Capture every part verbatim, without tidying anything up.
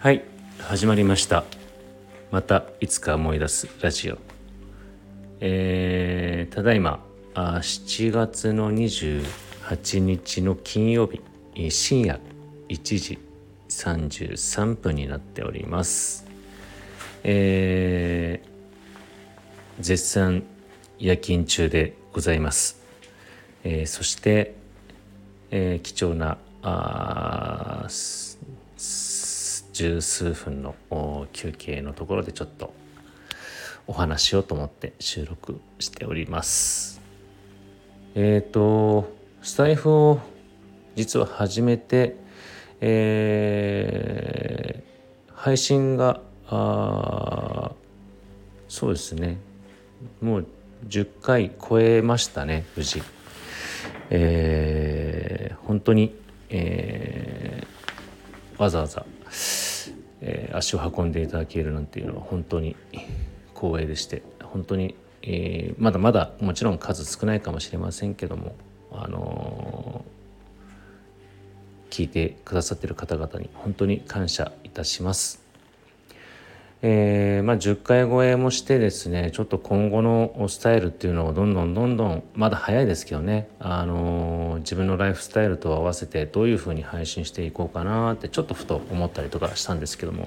はい、始まりました。またいつか思い出すラジオ。えー、ただいまあしちがつのにじゅうはちにちの金曜日、深夜いちじさんじゅうさんぷんになっております。えー、絶賛夜勤中でございます。えー、そして、えー、貴重なあ十数分の休憩のところでちょっとお話しようと思って収録しております。えっ、ー、とスタイフを実は始めて、えー、配信があそうですねもうじゅっかい超えましたね、無事。えー、本当に、えー、わざわざ、えー、足を運んでいただけるなんていうのは本当に光栄でして、本当に、えー、まだまだもちろん数少ないかもしれませんけども、あのー、聞いてくださっている方々に本当に感謝いたします。えーまあ、じゅっかい超えもしてですね、ちょっと今後のスタイルっていうのをどんどんどんどん、まだ早いですけどね、あのー、自分のライフスタイルと合わせてどういうふうに配信していこうかなってちょっとふと思ったりとかしたんですけども、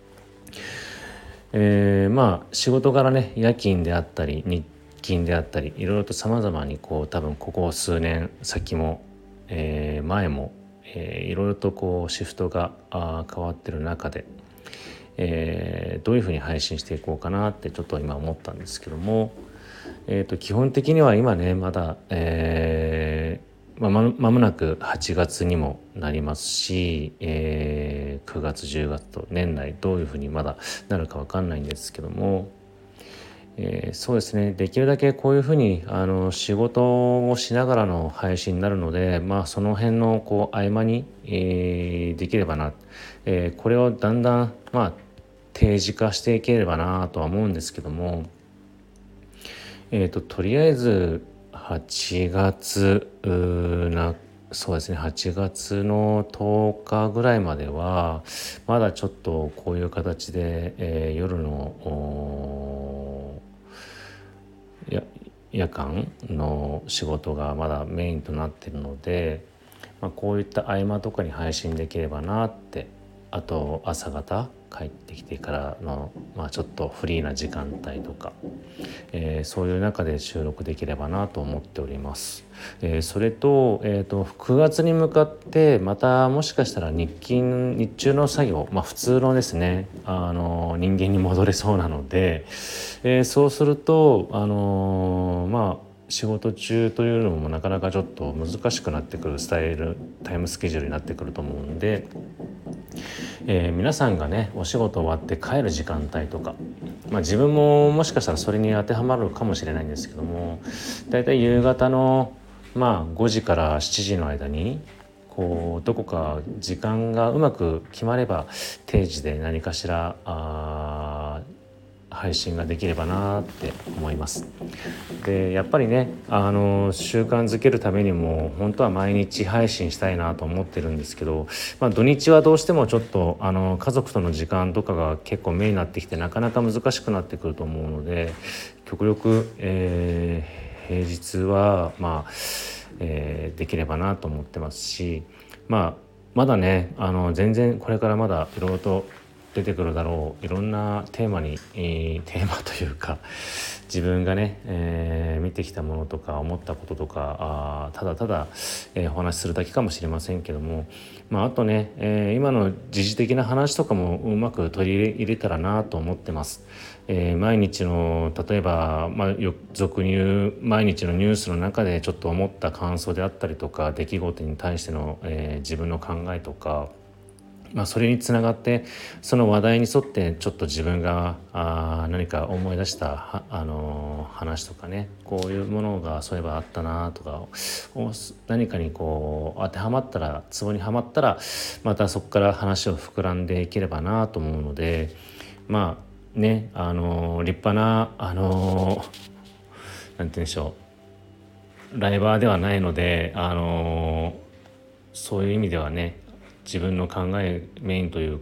えー、まあ仕事柄ね、夜勤であったり日勤であったりいろいろと様々にこう多分ここ数年先も、えー、前も、えー、いろいろとこうシフトがあ変わってる中で、えー、どういうふうに配信していこうかなってちょっと今思ったんですけども、えー、と基本的には今ねまだ、えーまあ、ま間もなくはちがつにもなりますし、えー、くがつじゅうがつと年内どういうふうにまだなるか分かんないんですけども、えー、そうですね、できるだけこういうふうにあの仕事をしながらの配信になるので、まあその辺のこう合間に、えー、できればな、えー、これをだんだんまあ定時化していければなとは思うんですけども、えーと、とりあえずはちがつなそうですねはちがつのとおかぐらいまではまだちょっとこういう形で、えー、夜のや夜間の仕事がまだメインとなっているので、まあ、こういった合間とかに配信できればなって。あと朝方帰ってきてからの、まあ、ちょっとフリーな時間帯とか、えー、そういう中で収録できればなと思っております。えー、それと、えーと、くがつに向かってまたもしかしたら日勤日中の作業、まあ、普通のですねあの人間に戻れそうなので、えー、そうするとあのー、まあ仕事中というのもなかなかちょっと難しくなってくるスタイルタイムスケジュールになってくると思うんで、えー、皆さんがねお仕事終わって帰る時間帯とか、まあ、自分ももしかしたらそれに当てはまるかもしれないんですけども、だいたい夕方の、まあ、ごじからしちじの間にこうどこか時間がうまく決まれば定時で何かしらあ配信ができればなって思います。でやっぱりねあの習慣づけるためにも本当は毎日配信したいなと思ってるんですけど、まあ、土日はどうしてもちょっとあの家族との時間とかが結構メインになってきてなかなか難しくなってくると思うので、極力、えー、平日はまあ、えー、できればなと思ってますし、まあまだねあの全然これからまだいろいろと出てくるだろういろんなテーマに、えー、テーマというか自分がね、えー、見てきたものとか思ったこととかあただただ、えー、お話しするだけかもしれませんけども、まあ、あとね、えー、今の時事的な話とかもうまく取り入れたらなと思ってます。えー、毎日の例えば、まあ、よ俗に言う毎日のニュースの中でちょっと思った感想であったりとか出来事に対しての、えー、自分の考えとか、まあ、それにつながってその話題に沿ってちょっと自分があ何か思い出したあの話とかね、こういうものがそういえばあったなとか何かにこう当てはまったらツボにはまったらまたそこから話を膨らんでいければなと思うので、まあねあの立派なあのなんて言うんでしょうライバーではないので、あのそういう意味ではね自分の考えメインというか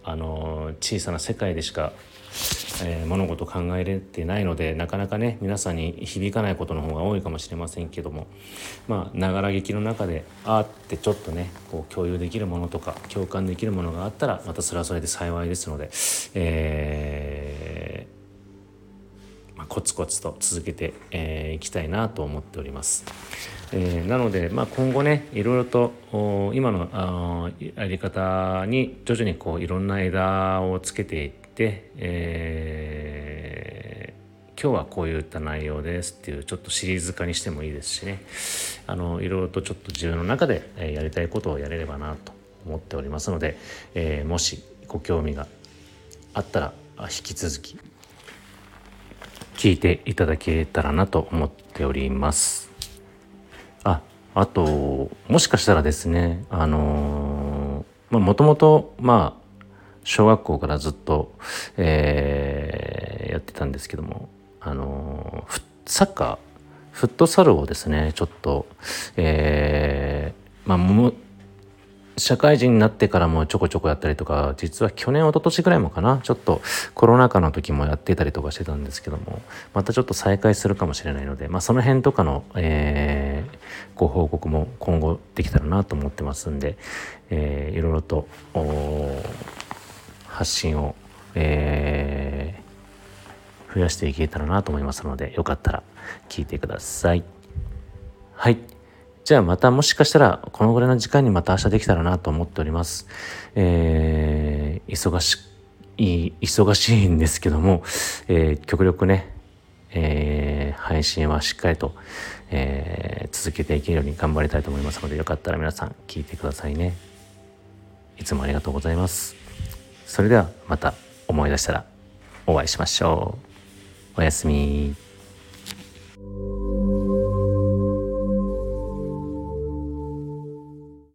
あの小さな世界でしか、えー、物事を考えれてないので、なかなかね皆さんに響かないことの方が多いかもしれませんけども、まあながら劇の中であーってちょっとねこう共有できるものとか共感できるものがあったら、またそれはそれで幸いですので、えーまあ、コツコツと続けてい、えー、きたいなと思っております。えー、なので、まあ、今後ねいろいろと今のあやり方に徐々にこういろんな枝をつけていって、えー、今日はこういった内容ですっていうちょっとシリーズ化にしてもいいですしね、あのいろいろとちょっと自分の中でやりたいことをやれればなと思っておりますので、えー、もしご興味があったら引き続き聞いていただけたらなと思っております。あ、あともしかしたらですね、あのー、まあもともとまあ小学校からずっと、えー、やってたんですけども、あのー、サッカーフットサルをですねちょっと、えー、まあも社会人になってからもちょこちょこやったりとか、実は去年一昨年ぐらいもかな、ちょっとコロナ禍の時もやってたりとかしてたんですけども、またちょっと再開するかもしれないので、まあその辺とかの、えー、ご報告も今後できたらなと思ってますんで、えー、いろいろと発信を、えー、増やしていけたらなと思いますので、よかったら聞いてください。はい。じゃあまたもしかしたらこのぐらいの時間にまた明日できたらなと思っております。えー、忙しい忙しいんですけども、えー、極力ね、えー、配信はしっかりと、えー、続けていけるように頑張りたいと思いますので、よかったら皆さん聞いてくださいね。いつもありがとうございます。それではまた思い出したらお会いしましょう。おやすみ。